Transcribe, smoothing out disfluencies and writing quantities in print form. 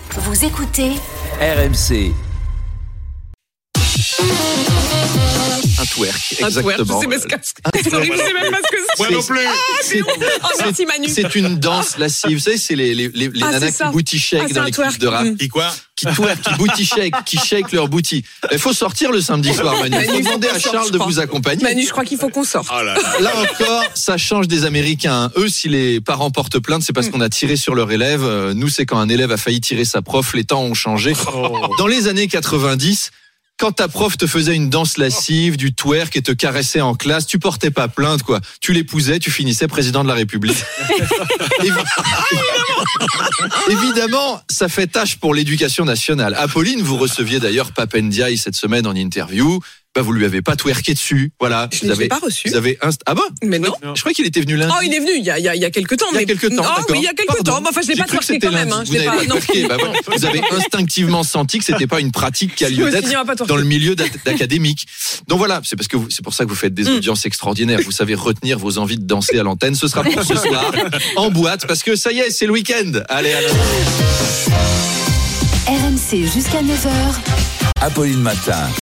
Vous écoutez RMC. Un twerk, Un exactement. twerk, je sais même pas ce que c'est. Moi non plus. Oh, merci Manu. C'est une danse lascive. Vous savez, c'est les nanas c'est ça. qui booty shake c'est dans un les twerk. clips de rap. Qui quoi? Qui twerk, qui booty shake, qui shake leur booty. Il faut sortir le samedi soir, Manu. Il faut Manu, demander faut à qu'on sorte, Charles je de crois. vous accompagner. Manu, je crois qu'il faut qu'on sorte. Oh là là. Là encore, ça change des Américains. Eux, si les parents portent plainte, c'est parce qu'on a tiré sur leur élève. Nous, c'est quand un élève a failli tirer sa prof. Les temps ont changé. Dans les années 90, quand ta prof te faisait une danse lascive, du twerk et te caressait en classe, tu portais pas plainte, quoi. Tu l'épousais, tu finissais président de la République. Évidemment, ça fait tâche pour l'éducation nationale. Apolline, vous receviez d'ailleurs Pape Ndiaye cette semaine en interview. Bah, vous lui avez pas twerké dessus. Voilà. Je ne l'ai pas reçu. Vous avez ah bon? Mais non. Je crois qu'il était venu lundi. Oh, il est venu il y a quelques temps. Il y a quelques temps, Ah d'accord. oui, il y a quelques Pardon. temps. Enfin, je l'ai J'ai pas cru que twerké c'était quand même. lundi. Je l'ai Vous pas. n'avez Non. twerké. Bah voilà. Vous avez instinctivement senti que c'était pas une pratique qui a lieu Je me suis d'être dit, on va pas twerker. dans le milieu académique. Donc voilà, c'est pour ça que vous faites des audiences extraordinaires. Vous savez retenir vos envies de danser à l'antenne. Ce sera pour ce soir en boîte parce que ça y est, c'est le week-end. Allez. RMC jusqu'à 9h. Apolline Matin.